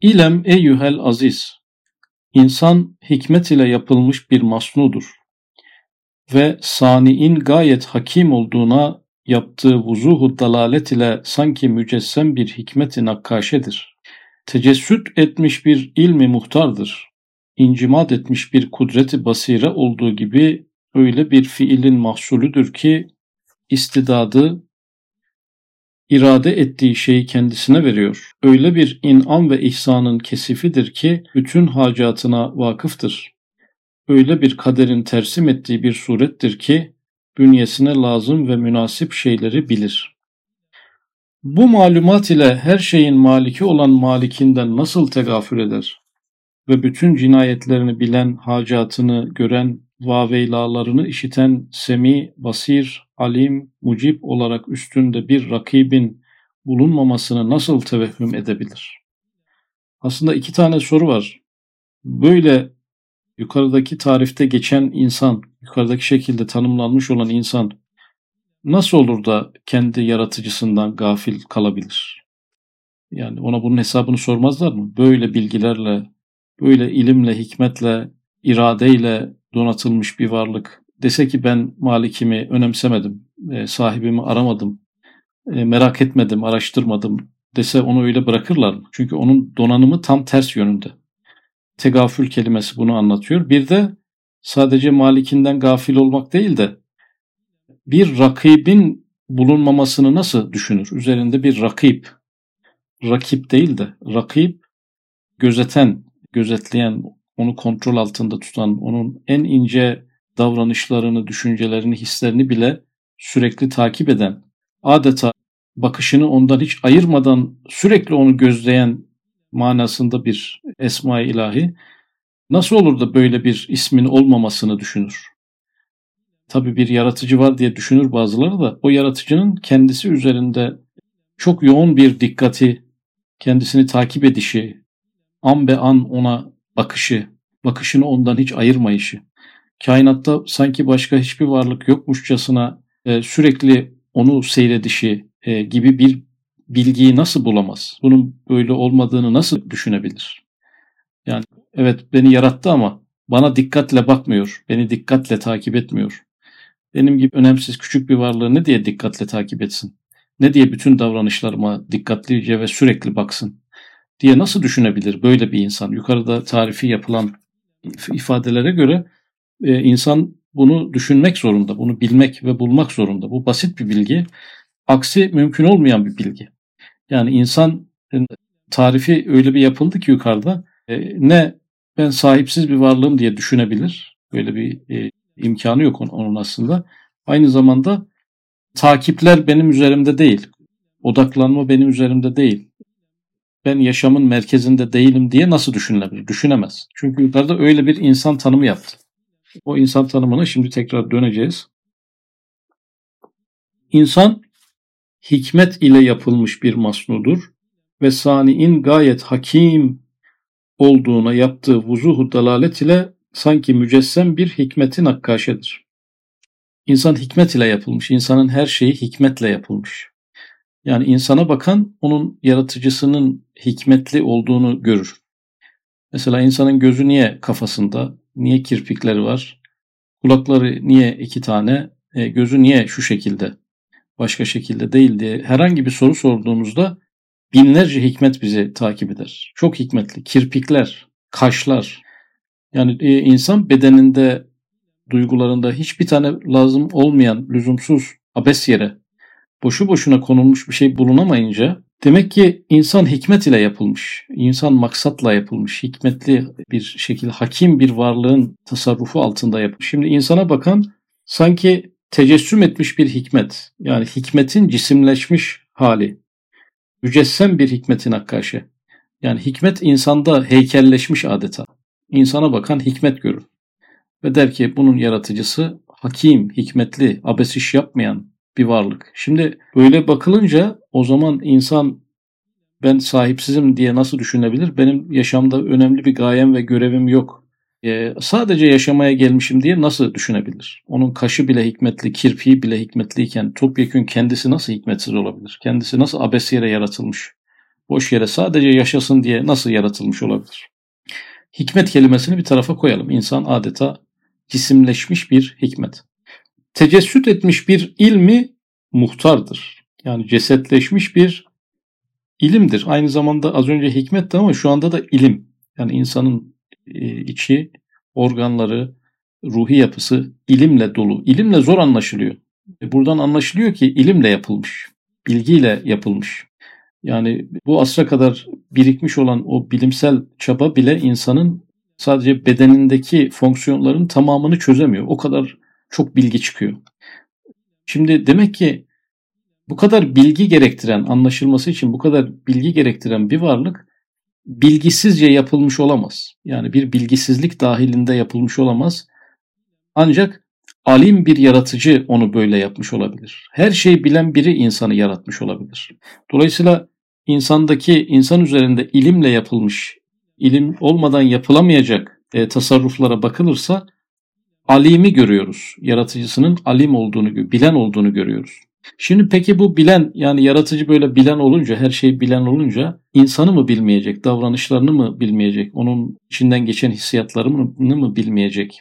İlem eyyuhel aziz, insan hikmet ile yapılmış bir masnudur ve sani'in gayet hakim olduğuna yaptığı vuzuhu dalalet ile sanki mücessem bir hikmet-i nakkaşedir. Tecessüt etmiş bir ilmi muhtardır. İncimat etmiş bir kudreti basire olduğu gibi öyle bir fiilin mahsulüdür ki istidadı irade ettiği şeyi kendisine veriyor. Öyle bir inam ve ihsanın kesifidir ki bütün hacatına vakıftır. Öyle bir kaderin tersim ettiği bir surettir ki bünyesine lazım ve münasip şeyleri bilir. Bu malumat ile her şeyin maliki olan malikinden nasıl tegafül eder ve bütün cinayetlerini bilen, hacatını gören, vaveylalarını işiten, semi, basir, alim, mucib olarak üstünde bir rakibin bulunmamasını nasıl tevehhüm edebilir? Aslında iki tane soru var. Böyle yukarıdaki tarifte geçen insan, yukarıdaki şekilde tanımlanmış olan insan nasıl olur da kendi yaratıcısından gafil kalabilir? Yani ona bunun hesabını sormazlar mı? Böyle bilgilerle, böyle ilimle, hikmetle, iradeyle donatılmış bir varlık dese ki ben malikimi önemsemedim, sahibimi aramadım, merak etmedim, araştırmadım dese onu öyle bırakırlar mı? Çünkü onun donanımı tam ters yönünde. Tegafül kelimesi bunu anlatıyor. Bir de sadece malikinden gafil olmak değil de bir rakibin bulunmamasını nasıl düşünür? Üzerinde bir rakip değil de rakip, gözeten, gözetleyen, onu kontrol altında tutan, onun en ince davranışlarını, düşüncelerini, hislerini bile sürekli takip eden, adeta bakışını ondan hiç ayırmadan sürekli onu gözleyen manasında bir esma-i ilahi nasıl olur da böyle bir ismin olmamasını düşünür? Tabii bir yaratıcı var diye düşünür bazıları da o yaratıcının kendisi üzerinde çok yoğun bir dikkati, kendisini takip edişi, an be an ona bakışı, bakışını ondan hiç ayırmayışı, kainatta sanki başka hiçbir varlık yokmuşçasına sürekli onu seyredişi gibi bir bilgiyi nasıl bulamaz? Bunun böyle olmadığını nasıl düşünebilir? Yani evet beni yarattı ama bana dikkatle bakmıyor, beni dikkatle takip etmiyor. Benim gibi önemsiz küçük bir varlığı ne diye dikkatle takip etsin? Ne diye bütün davranışlarıma dikkatlice ve sürekli baksın diye nasıl düşünebilir böyle bir insan? Yukarıda tarifi yapılan ifadelere göre insan bunu düşünmek zorunda, bunu bilmek ve bulmak zorunda. Bu basit bir bilgi. Aksi mümkün olmayan bir bilgi. Yani insan tarifi öyle bir yapıldı ki yukarıda ne ben sahipsiz bir varlığım diye düşünebilir. Böyle bir imkanı yok onun aslında. Aynı zamanda takipler benim üzerimde değil. Odaklanma benim üzerimde değil. Ben yaşamın merkezinde değilim diye nasıl düşünülebilir? Düşünemez. Çünkü yukarıda öyle bir insan tanımı yaptı. O insan tanımına şimdi tekrar döneceğiz. İnsan hikmet ile yapılmış bir masnudur ve sani'in gayet hakim olduğuna yaptığı vuzuhu dalalet ile sanki mücessem bir hikmetin nakkaşedir. İnsan hikmet ile yapılmış. İnsanın her şeyi hikmetle yapılmış. Yani insana bakan onun yaratıcısının hikmetli olduğunu görür. Mesela insanın gözü niye kafasında, niye kirpikleri var, kulakları niye iki tane, gözü niye şu şekilde, başka şekilde değil diye herhangi bir soru sorduğumuzda binlerce hikmet bizi takip eder. Çok hikmetli. Kirpikler, kaşlar. Yani insan bedeninde, duygularında hiçbir tane lazım olmayan, lüzumsuz, abes yere, boşu boşuna konulmuş bir şey bulunamayınca demek ki insan hikmet ile yapılmış. İnsan maksatla yapılmış. Hikmetli bir şekilde hakim bir varlığın tasarrufu altında yapılmış. Şimdi insana bakan sanki tecessüm etmiş bir hikmet. Yani hikmetin cisimleşmiş hali. Mücessem bir hikmetin nakkaşı. Yani hikmet insanda heykelleşmiş adeta. İnsana bakan hikmet görür. Ve der ki bunun yaratıcısı hakim, hikmetli, abes iş yapmayan bir varlık. Şimdi böyle bakılınca o zaman insan ben sahipsizim diye nasıl düşünebilir? Benim yaşamda önemli bir gayem ve görevim yok. Sadece yaşamaya gelmişim diye nasıl düşünebilir? Onun kaşı bile hikmetli, kirpiği bile hikmetliyken topyekün kendisi nasıl hikmetsiz olabilir? Kendisi nasıl abes yere yaratılmış? boş yere sadece yaşasın diye nasıl yaratılmış olabilir? Hikmet kelimesini bir tarafa koyalım. İnsan adeta cisimleşmiş bir hikmet. Tecessüt etmiş bir ilmi muhtardır. Yani cesetleşmiş bir ilimdir. Aynı zamanda az önce hikmetti ama şu anda da ilim. Yani insanın içi, organları, ruhi yapısı ilimle dolu. İlimle zor anlaşılıyor. Buradan anlaşılıyor ki ilimle yapılmış, bilgiyle yapılmış. Yani bu asra kadar birikmiş olan o bilimsel çaba bile insanın sadece bedenindeki fonksiyonların tamamını çözemiyor. O kadar çok bilgi çıkıyor. Şimdi demek ki bu kadar bilgi gerektiren, anlaşılması için bu kadar bilgi gerektiren bir varlık bilgisizce yapılmış olamaz. Yani bir bilgisizlik dahilinde yapılmış olamaz. Ancak alim bir yaratıcı onu böyle yapmış olabilir. Her şeyi bilen biri insanı yaratmış olabilir. Dolayısıyla insan üzerinde ilimle yapılmış, ilim olmadan yapılamayacak tasarruflara bakılırsa alimi görüyoruz. Yaratıcısının alim olduğunu, bilen olduğunu görüyoruz. Şimdi peki bu bilen, yani yaratıcı böyle bilen olunca, her şeyi bilen olunca insanı mı bilmeyecek, davranışlarını mı bilmeyecek, onun içinden geçen hissiyatlarını mı bilmeyecek,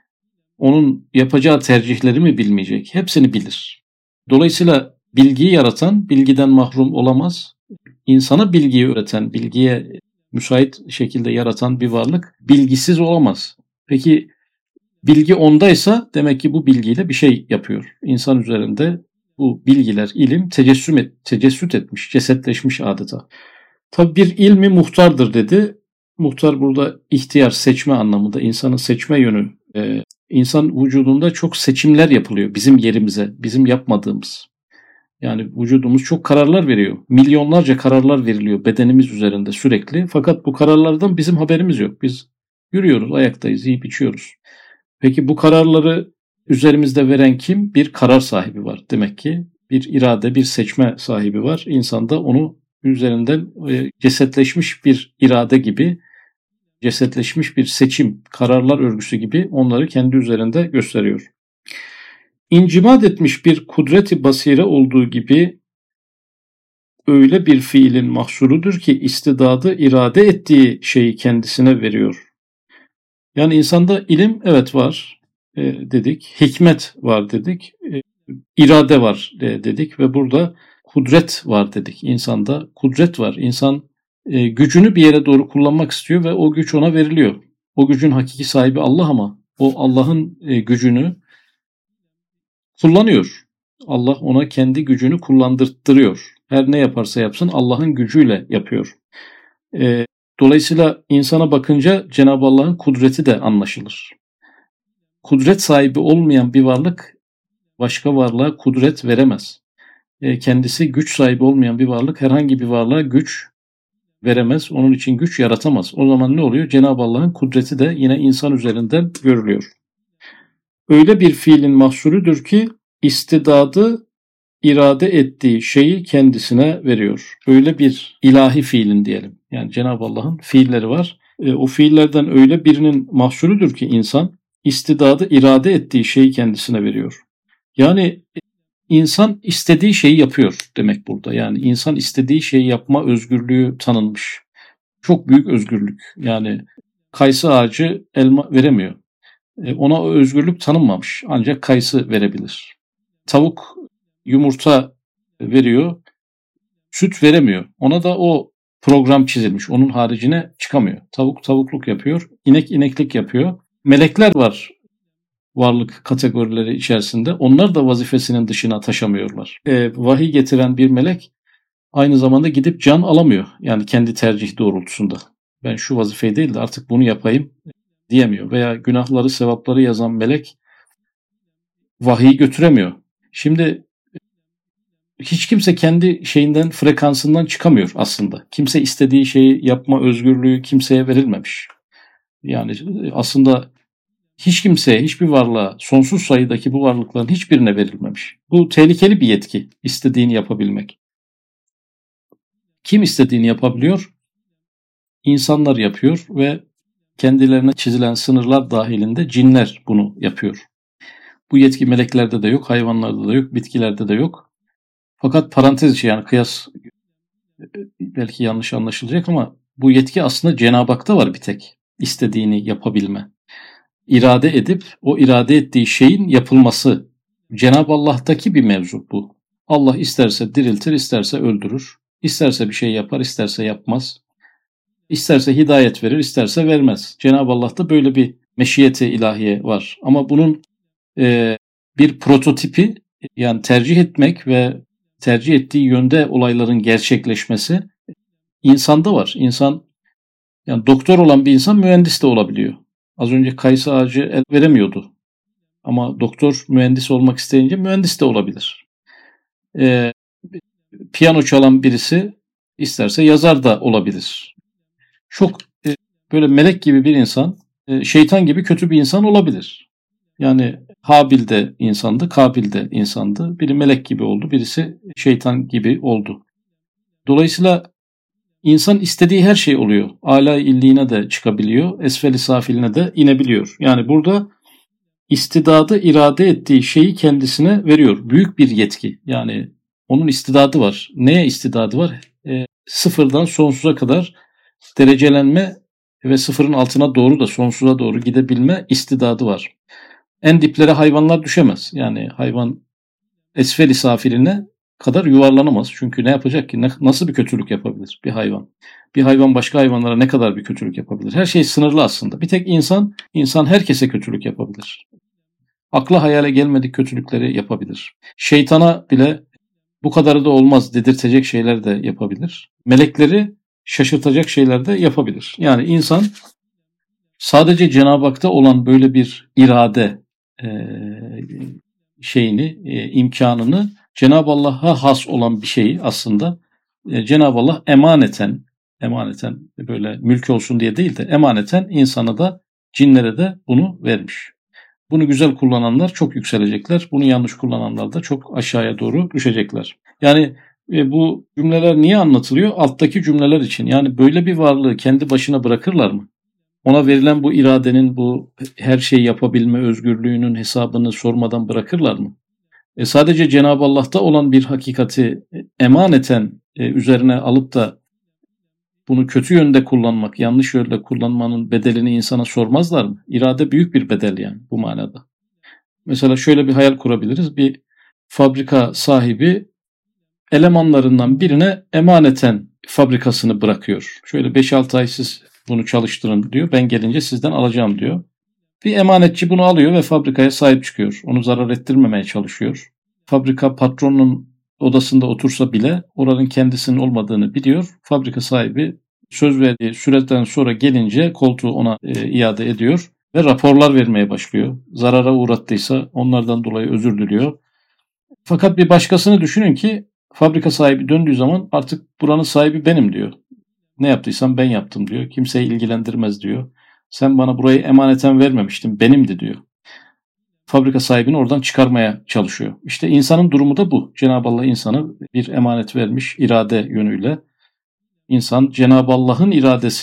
onun yapacağı tercihleri mi bilmeyecek? Hepsini bilir. Dolayısıyla bilgiyi yaratan bilgiden mahrum olamaz. İnsana bilgiyi öğreten, bilgiye müsait şekilde yaratan bir varlık bilgisiz olamaz. Peki bilgi ondaysa demek ki bu bilgiyle bir şey yapıyor. İnsan üzerinde bu bilgiler, ilim tecessüt etmiş, cesetleşmiş adeta. Tabi bir ilmi muhtardır dedi. Muhtar burada ihtiyar, seçme anlamında, insanın seçme yönü. İnsan vücudunda çok seçimler yapılıyor bizim yerimize, bizim yapmadığımız. Yani vücudumuz çok kararlar veriyor. Milyonlarca kararlar veriliyor bedenimiz üzerinde sürekli. Fakat bu kararlardan bizim haberimiz yok. Biz yürüyoruz, ayaktayız, yiyip içiyoruz. Peki bu kararları üzerimizde veren kim? Bir karar sahibi var demek ki. Bir irade, bir seçme sahibi var. İnsanda onu üzerinden cesetleşmiş bir irade gibi, cesetleşmiş bir seçim, kararlar örgüsü gibi onları kendi üzerinde gösteriyor. İncimat etmiş bir kudret-i basire olduğu gibi öyle bir fiilin mahsurudur ki istidadı irade ettiği şeyi kendisine veriyor. Yani insanda ilim evet var dedik, hikmet var dedik, irade var dedik ve burada kudret var dedik. İnsanda kudret var. İnsan gücünü bir yere doğru kullanmak istiyor ve o güç ona veriliyor. O gücün hakiki sahibi Allah ama o Allah'ın gücünü kullanıyor. Allah ona kendi gücünü kullandırttırıyor. Her ne yaparsa yapsın Allah'ın gücüyle yapıyor. Dolayısıyla insana bakınca Cenab-ı Allah'ın kudreti de anlaşılır. Kudret sahibi olmayan bir varlık başka varlığa kudret veremez. Kendisi güç sahibi olmayan bir varlık herhangi bir varlığa güç veremez. Onun için güç yaratamaz. O zaman ne oluyor? Cenab-ı Allah'ın kudreti de yine insan üzerinden görülüyor. Öyle bir fiilin mahsurudur ki istidadı irade ettiği şeyi kendisine veriyor. Öyle bir ilahi fiilin diyelim. Yani Cenab-ı Allah'ın fiilleri var. O fiillerden öyle birinin mahsurudur ki insan istidadı irade ettiği şeyi kendisine veriyor. Yani insan istediği şeyi yapıyor demek burada. Yani insan istediği şeyi yapma özgürlüğü tanınmış. Çok büyük özgürlük. Yani kayısı ağacı elma veremiyor. Ona o özgürlük tanınmamış. Ancak kayısı verebilir. Tavuk yumurta veriyor, süt veremiyor. Ona da o program çizilmiş. Onun haricine çıkamıyor. Tavuk tavukluk yapıyor, inek ineklik yapıyor. Melekler var varlık kategorileri içerisinde. Onlar da vazifesinin dışına taşamıyorlar. Vahiy getiren bir melek aynı zamanda gidip can alamıyor. Yani kendi tercih doğrultusunda. Ben şu vazifeyi değil de artık bunu yapayım diyemiyor. Veya günahları, sevapları yazan melek vahiy götüremiyor. Şimdi hiç kimse kendi şeyinden, frekansından çıkamıyor aslında. Kimse istediği şeyi yapma özgürlüğü kimseye verilmemiş. Yani aslında hiç kimseye, hiçbir varlığa, sonsuz sayıdaki bu varlıkların hiçbirine verilmemiş. Bu tehlikeli bir yetki, istediğini yapabilmek. Kim istediğini yapabiliyor? İnsanlar yapıyor ve kendilerine çizilen sınırlar dahilinde cinler bunu yapıyor. Bu yetki meleklerde de yok, hayvanlarda da yok, bitkilerde de yok. Fakat parantez içi yani kıyas belki yanlış anlaşılacak ama bu yetki aslında Cenab-ı Hak'ta var bir tek. İstediğini yapabilme. İrade edip o irade ettiği şeyin yapılması. Cenab-ı Allah'taki bir mevzu bu. Allah isterse diriltir, isterse öldürür. İsterse bir şey yapar, isterse yapmaz. İsterse hidayet verir, isterse vermez. Cenab-ı Allah'ta böyle bir meşiyeti ilahiye var. Ama bunun bir prototipi, yani tercih etmek ve tercih ettiği yönde olayların gerçekleşmesi insanda var. İnsan, yani doktor olan bir insan mühendis de olabiliyor. Az önce kayısı ağacı el veremiyordu. Ama doktor mühendis olmak isteyince mühendis de olabilir. Piyano çalan birisi isterse yazar da olabilir. Çok böyle melek gibi bir insan, şeytan gibi kötü bir insan olabilir. Yani Habil de insandı, Kabil de insandı. Biri melek gibi oldu, birisi şeytan gibi oldu. Dolayısıyla insan istediği her şey oluyor. Âlâ-i illiğine de çıkabiliyor, esfel-i safiline de inebiliyor. Yani burada istidadı irade ettiği şeyi kendisine veriyor. Büyük bir yetki. Yani onun istidadı var. Neye istidadı var? Sıfırdan sonsuza kadar derecelenme ve sıfırın altına doğru da sonsuza doğru gidebilme istidadı var. En diplere hayvanlar düşemez. Yani hayvan esfel-i safiline kadar yuvarlanamaz. Çünkü ne yapacak ki? Nasıl bir kötülük yapabilir bir hayvan? Bir hayvan başka hayvanlara ne kadar bir kötülük yapabilir? Her şey sınırlı aslında. Bir tek insan herkese kötülük yapabilir. Akla hayale gelmedik kötülükleri yapabilir. Şeytana bile bu kadarı da olmaz dedirtecek şeyler de yapabilir. Melekleri şaşırtacak şeyler de yapabilir. Yani insan sadece Cenab-ı Hak'ta olan böyle bir irade imkanını, Cenab-ı Allah'a has olan bir şeyi aslında Cenab-ı Allah emaneten böyle mülk olsun diye değil de emaneten insana da cinlere de bunu vermiş. Bunu güzel kullananlar çok yükselecekler. Bunu yanlış kullananlar da çok aşağıya doğru düşecekler. Yani bu cümleler niye anlatılıyor? Alttaki cümleler için. Yani böyle bir varlığı kendi başına bırakırlar mı? Ona verilen bu iradenin, bu her şeyi yapabilme özgürlüğünün hesabını sormadan bırakırlar mı? Sadece Cenab-ı Allah'ta olan bir hakikati emaneten üzerine alıp da bunu kötü yönde kullanmak, yanlış yönde kullanmanın bedelini insana sormazlar mı? İrade büyük bir bedel yani bu manada. Mesela şöyle bir hayal kurabiliriz. Bir fabrika sahibi elemanlarından birine emaneten fabrikasını bırakıyor. Şöyle 5-6 ay siz bunu çalıştırın diyor. Ben gelince sizden alacağım diyor. Bir emanetçi bunu alıyor ve fabrikaya sahip çıkıyor. Onu zarar ettirmemeye çalışıyor. Fabrika patronun odasında otursa bile oranın kendisinin olmadığını biliyor. Fabrika sahibi söz verdiği süreden sonra gelince koltuğu ona iade ediyor ve raporlar vermeye başlıyor. Zarara uğrattıysa onlardan dolayı özür diliyor. Fakat bir başkasını düşünün ki fabrika sahibi döndüğü zaman artık buranın sahibi benim diyor. Ne yaptıysam ben yaptım diyor. Kimseyi ilgilendirmez diyor. Sen bana burayı emaneten vermemiştin, benimdi diyor. Fabrika sahibini oradan çıkarmaya çalışıyor. İşte insanın durumu da bu. Cenab-ı Allah insana bir emanet vermiş irade yönüyle. İnsan Cenab-ı Allah'ın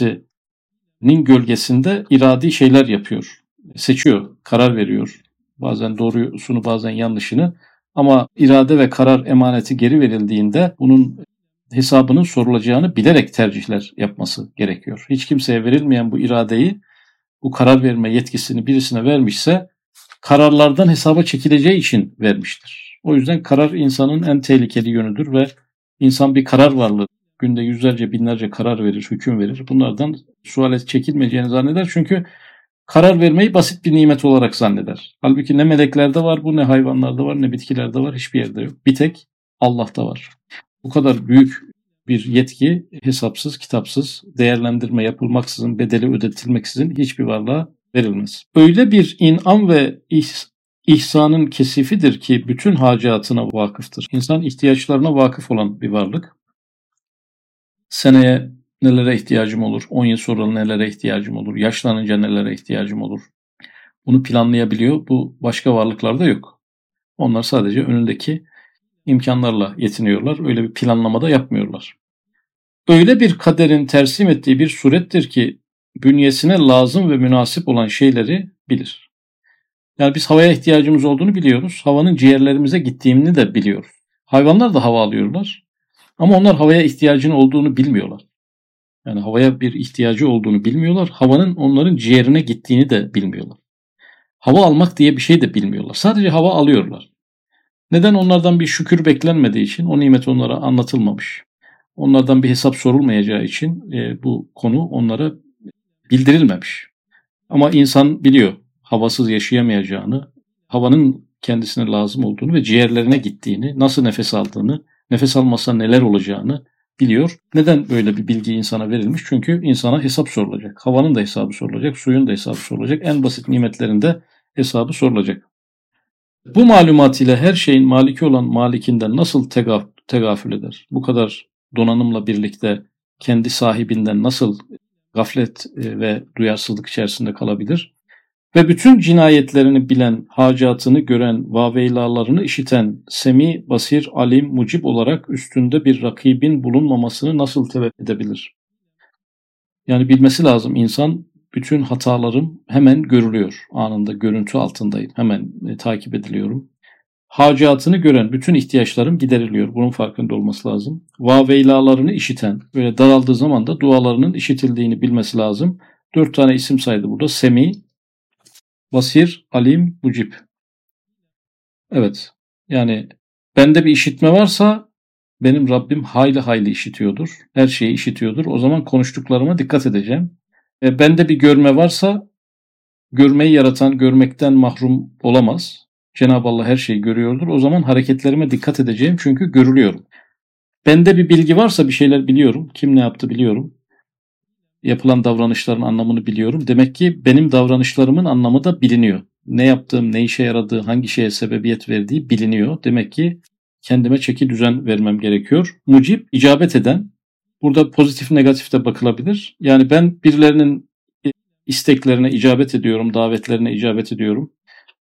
iradesinin gölgesinde iradi şeyler yapıyor. Seçiyor, karar veriyor. Bazen doğrusunu, bazen yanlışını. Ama irade ve karar emaneti geri verildiğinde bunun hesabının sorulacağını bilerek tercihler yapması gerekiyor. Hiç kimseye verilmeyen bu iradeyi, bu karar verme yetkisini birisine vermişse kararlardan hesaba çekileceği için vermiştir. O yüzden karar insanın en tehlikeli yönüdür ve insan bir karar varlığı. Günde yüzlerce, binlerce karar verir, hüküm verir. Bunlardan suale çekilmeyeceğini zanneder. Çünkü karar vermeyi basit bir nimet olarak zanneder. Halbuki ne meleklerde var bu, ne hayvanlarda var, ne bitkilerde var, hiçbir yerde yok. Bir tek Allah'ta var. Bu kadar büyük bir yetki hesapsız, kitapsız, değerlendirme yapılmaksızın, bedeli ödetilmeksizin hiçbir varlığa verilmez. Öyle bir inam ve ihsanın kesifidir ki bütün hacatına vakıftır. İnsan ihtiyaçlarına vakıf olan bir varlık. Seneye nelere ihtiyacım olur, 10 yıl sonra nelere ihtiyacım olur, yaşlanınca nelere ihtiyacım olur. Bunu planlayabiliyor. Bu başka varlıklarda yok. Onlar sadece önündeki imkanlarla yetiniyorlar. Öyle bir planlama da yapmıyorlar. Öyle bir kaderin tersim ettiği bir surettir ki bünyesine lazım ve münasip olan şeyleri bilir. Yani biz havaya ihtiyacımız olduğunu biliyoruz. Havanın ciğerlerimize gittiğini de biliyoruz. Hayvanlar da hava alıyorlar. Ama onlar havaya ihtiyacının olduğunu bilmiyorlar. Yani havaya bir ihtiyacı olduğunu bilmiyorlar. Havanın onların ciğerine gittiğini de bilmiyorlar. Hava almak diye bir şey de bilmiyorlar. Sadece hava alıyorlar. Neden? Onlardan bir şükür beklenmediği için o nimet onlara anlatılmamış. Onlardan bir hesap sorulmayacağı için bu konu onlara bildirilmemiş. Ama insan biliyor havasız yaşayamayacağını, havanın kendisine lazım olduğunu ve ciğerlerine gittiğini, nasıl nefes aldığını, nefes almasa neler olacağını biliyor. Neden böyle bir bilgi insana verilmiş? Çünkü insana hesap sorulacak. Havanın da hesabı sorulacak, suyun da hesabı sorulacak, en basit nimetlerin de hesabı sorulacak. Bu malumat ile her şeyin maliki olan malikinden nasıl tegafül eder? Bu kadar donanımla birlikte kendi sahibinden nasıl gaflet ve duyarsızlık içerisinde kalabilir? Ve bütün cinayetlerini bilen, hacatını gören, vaveylalarını işiten, semi, basir, alim, mucib olarak üstünde bir rakibin bulunmamasını nasıl tevekkül edebilir? Yani bilmesi lazım insan, bütün hatalarım hemen görülüyor. Anında görüntü altındayım. Hemen takip ediliyorum. Hacatını gören bütün ihtiyaçlarım gideriliyor. Bunun farkında olması lazım. Vaveylalarını işiten, böyle daraldığı zaman da dualarının işitildiğini bilmesi lazım. 4 tane isim saydı burada. Semi, Basir, Alim, Mucib. Evet. Yani bende bir işitme varsa benim Rabbim hayli hayli işitiyordur. Her şeyi işitiyordur. O zaman konuştuklarıma dikkat edeceğim. Bende bir görme varsa görmeyi yaratan görmekten mahrum olamaz. Cenab-ı Allah her şeyi görüyordur. O zaman hareketlerime dikkat edeceğim çünkü görülüyorum. Bende bir bilgi varsa bir şeyler biliyorum. Kim ne yaptı biliyorum. Yapılan davranışların anlamını biliyorum. Demek ki benim davranışlarımın anlamı da biliniyor. Ne yaptığım, ne işe yaradığı, hangi şeye sebebiyet verdiği biliniyor. Demek ki kendime çeki düzen vermem gerekiyor. Mucib, icabet eden. Burada pozitif negatif de bakılabilir. Yani ben birilerinin isteklerine icabet ediyorum, davetlerine icabet ediyorum.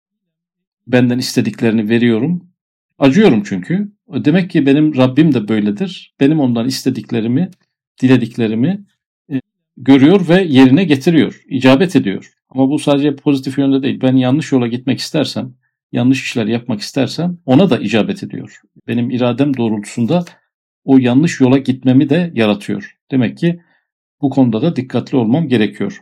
Benden istediklerini veriyorum. Acıyorum çünkü. Demek ki benim Rabbim de böyledir. Benim ondan istediklerimi, dilediklerimi görüyor ve yerine getiriyor. İcabet ediyor. Ama bu sadece pozitif yönde değil. Ben yanlış yola gitmek istersem, yanlış işler yapmak istersem ona da icabet ediyor. Benim iradem doğrultusunda o yanlış yola gitmemi de yaratıyor. Demek ki bu konuda da dikkatli olmam gerekiyor.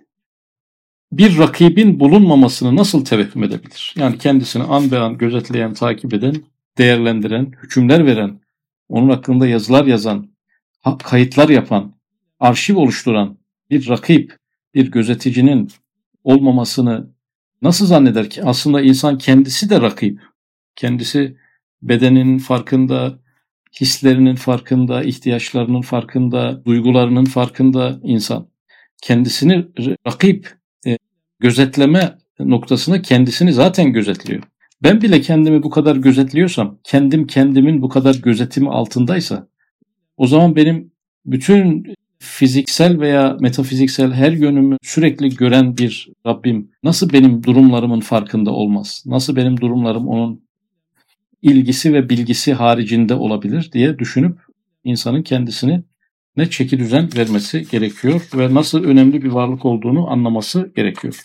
Bir rakibin bulunmamasını nasıl tevehhüm edebilir? Yani kendisini an be an gözetleyen, takip eden, değerlendiren, hükümler veren, onun hakkında yazılar yazan, kayıtlar yapan, arşiv oluşturan bir rakip, bir gözeticinin olmamasını nasıl zanneder ki? Aslında insan kendisi de rakip. Kendisi bedeninin farkında, hislerinin farkında, ihtiyaçlarının farkında, duygularının farkında insan. Kendisini rakip, gözetleme noktasında kendisini zaten gözetliyor. Ben bile kendimi bu kadar gözetliyorsam, kendimin bu kadar gözetimi altındaysa, o zaman benim bütün fiziksel veya metafiziksel her yönümü sürekli gören bir Rabbim nasıl benim durumlarımın farkında olmaz? Nasıl benim durumlarım onun ilgisi ve bilgisi haricinde olabilir diye düşünüp insanın kendisini ne çeki düzen vermesi gerekiyor ve nasıl önemli bir varlık olduğunu anlaması gerekiyor.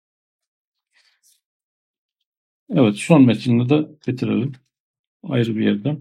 Evet, son metnini de bitirelim ayrı bir yerden.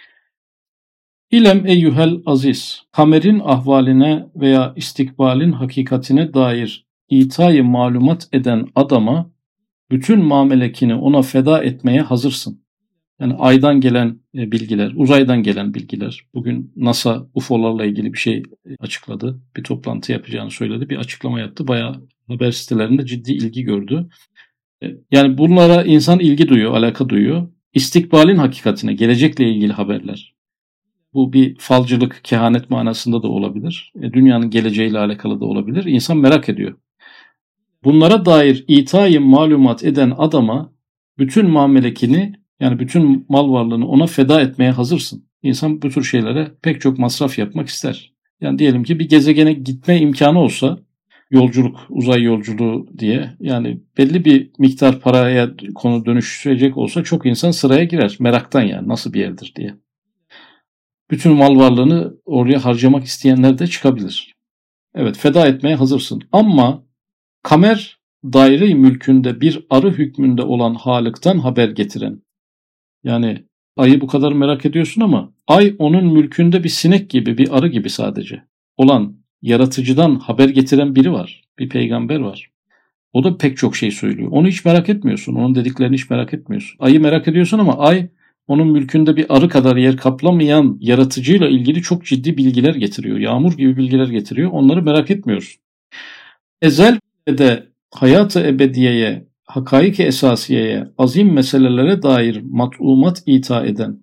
İlem eyyuhel aziz, kamerin ahvaline veya istikbalin hakikatine dair itayı malumat eden adama bütün mamelekini ona feda etmeye hazırsın. Yani aydan gelen bilgiler, uzaydan gelen bilgiler. Bugün NASA UFO'larla ilgili bir şey açıkladı. Bir toplantı yapacağını söyledi. Bir açıklama yaptı. Bayağı haber sitelerinde ciddi ilgi gördü. Yani bunlara insan ilgi duyuyor, alaka duyuyor. İstikbalin hakikatine, gelecekle ilgili haberler. Bu bir falcılık, kehanet manasında da olabilir. Dünyanın geleceğiyle alakalı da olabilir. İnsan merak ediyor. Bunlara dair itayı malumat eden adama bütün mamelekini, yani bütün mal varlığını ona feda etmeye hazırsın. İnsan bu tür şeylere pek çok masraf yapmak ister. Yani diyelim ki bir gezegene gitme imkanı olsa, yolculuk, uzay yolculuğu diye, yani belli bir miktar paraya konu dönüşecek olsa çok insan sıraya girer. Meraktan, yani nasıl bir yerdir diye. Bütün mal varlığını oraya harcamak isteyenler de çıkabilir. Evet, feda etmeye hazırsın. Ama kamer daire-i mülkünde bir arı hükmünde olan Halık'tan haber getiren, yani ayı bu kadar merak ediyorsun ama ay onun mülkünde bir sinek gibi, bir arı gibi sadece olan, yaratıcıdan haber getiren biri var. Bir peygamber var. O da pek çok şey söylüyor. Onu hiç merak etmiyorsun. Onun dediklerini hiç merak etmiyorsun. Ayı merak ediyorsun ama ay onun mülkünde bir arı kadar yer kaplamayan yaratıcıyla ilgili çok ciddi bilgiler getiriyor. Yağmur gibi bilgiler getiriyor. Onları merak etmiyorsun. Ezel de hayat-ı ebediyeye, hakaik-i esasiyeye, azim meselelere dair mat'umat ita eden,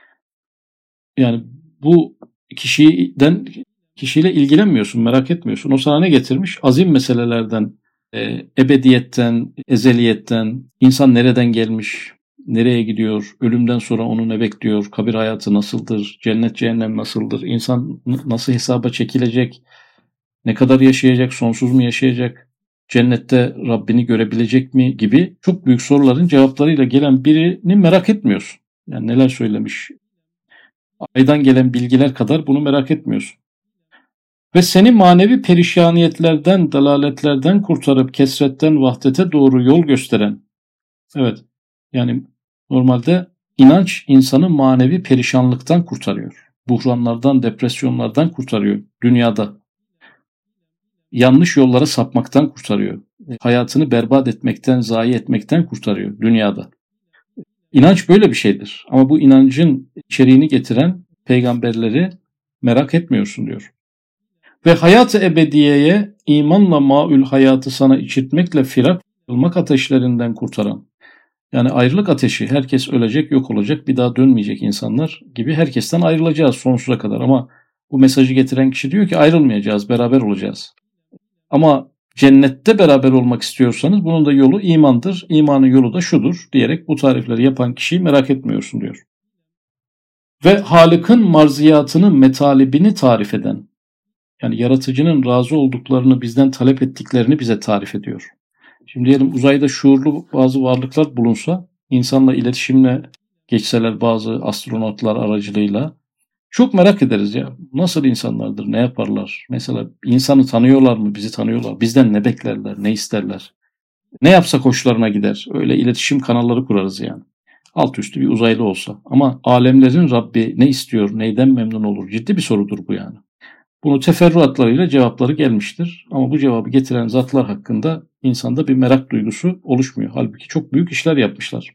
yani bu kişiyle ilgilenmiyorsun, merak etmiyorsun. O sana ne getirmiş? Azim meselelerden, ebediyetten, ezeliyetten, insan nereden gelmiş, nereye gidiyor, ölümden sonra onu ne bekliyor, kabir hayatı nasıldır, cennet cehennem nasıldır, insan nasıl hesaba çekilecek, ne kadar yaşayacak, sonsuz mu yaşayacak, cennette Rabbini görebilecek mi gibi çok büyük soruların cevaplarıyla gelen birini merak etmiyorsun. Yani neler söylemiş, aydan gelen bilgiler kadar bunu merak etmiyorsun. Ve seni manevi perişaniyetlerden, dalaletlerden kurtarıp kesretten vahdete doğru yol gösteren, evet, yani normalde inanç insanı manevi perişanlıktan kurtarıyor. Buhranlardan, depresyonlardan kurtarıyor dünyada. Yanlış yollara sapmaktan kurtarıyor. Hayatını berbat etmekten, zayi etmekten kurtarıyor dünyada. İnanç böyle bir şeydir. Ama bu inancın içeriğini getiren peygamberleri merak etmiyorsun diyor. Ve hayat-ı ebediyeye imanla maül hayatı sana içirtmekle firak olmak ateşlerinden kurtaran. Yani ayrılık ateşi, herkes ölecek, yok olacak, bir daha dönmeyecek insanlar gibi herkesten ayrılacağız sonsuza kadar. Ama bu mesajı getiren kişi diyor ki ayrılmayacağız, beraber olacağız. Ama cennette beraber olmak istiyorsanız bunun da yolu imandır, imanın yolu da şudur diyerek bu tarifleri yapan kişiyi merak etmiyorsun diyor. Ve Halık'ın marziyatını, metalibini tarif eden, yani yaratıcının razı olduklarını, bizden talep ettiklerini bize tarif ediyor. Şimdi diyelim uzayda şuurlu bazı varlıklar bulunsa, insanla iletişimle geçseler bazı astronotlar aracılığıyla, çok merak ederiz ya. Nasıl insanlardır, ne yaparlar? Mesela insanı tanıyorlar mı, bizi tanıyorlar, bizden ne beklerler, ne isterler? Ne yapsak hoşlarına gider. Öyle iletişim kanalları kurarız yani. Alt üstü bir uzaylı olsa. Ama alemlerin Rabbi ne istiyor, neyden memnun olur? Ciddi bir sorudur bu yani. Bunu teferruatlarıyla cevapları gelmiştir. Ama bu cevabı getiren zatlar hakkında insanda bir merak duygusu oluşmuyor. Halbuki çok büyük işler yapmışlar.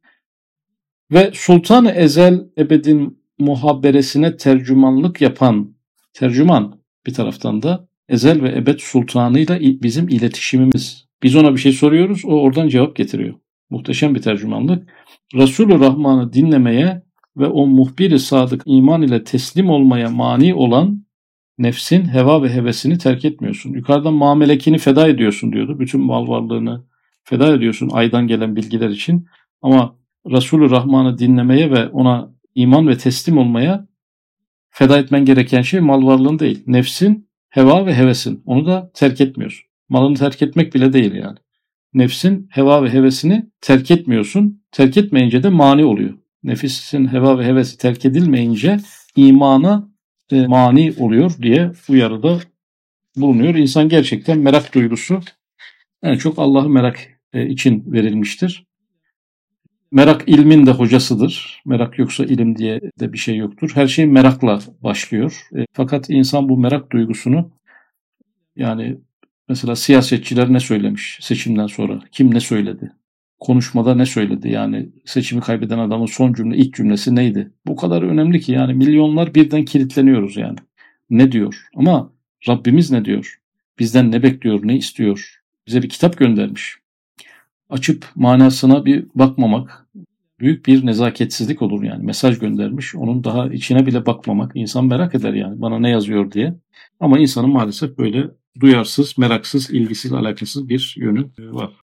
Ve Sultan-ı Ezel ebedin muhabberesine tercümanlık yapan tercüman bir taraftan da Ezel ve Ebed Sultanı'yla bizim iletişimimiz. Biz ona bir şey soruyoruz, o oradan cevap getiriyor. Muhteşem bir tercümanlık. Resul-ü Rahman'ı dinlemeye ve o muhbir-i sadık iman ile teslim olmaya mani olan nefsin heva ve hevesini terk etmiyorsun. Yukarıdan mamelekini feda ediyorsun diyordu. Bütün mal varlığını feda ediyorsun aydan gelen bilgiler için. Ama Resul-ü Rahman'ı dinlemeye ve ona iman ve teslim olmaya feda etmen gereken şey mal varlığın değil. Nefsin, heva ve hevesin. Onu da terk etmiyorsun. Malını terk etmek bile değil yani. Nefsin, heva ve hevesini terk etmiyorsun. Terk etmeyince de mani oluyor. Nefisin heva ve hevesi terk edilmeyince imana mani oluyor diye uyarıda bulunuyor. İnsan gerçekten merak duygusu en çok Allah'ı merak için verilmiştir. Merak ilmin de hocasıdır. Merak yoksa ilim diye de bir şey yoktur. Her şey merakla başlıyor. Fakat insan bu merak duygusunu, yani mesela siyasetçiler ne söylemiş seçimden sonra? Kim ne söyledi? Konuşmada ne söyledi? Yani seçimi kaybeden adamın son cümle, ilk cümlesi neydi? Bu kadar önemli ki yani milyonlar birden kilitleniyoruz yani. Ne diyor? Ama Rabbimiz ne diyor? Bizden ne bekliyor, ne istiyor? Bize bir kitap göndermiş. Açıp manasına bir bakmamak büyük bir nezaketsizlik olur yani. Mesaj göndermiş, onun daha içine bile bakmamak. İnsan merak eder yani bana ne yazıyor diye. Ama insanın maalesef böyle duyarsız, meraksız, ilgisiz, alakasız bir yönü var.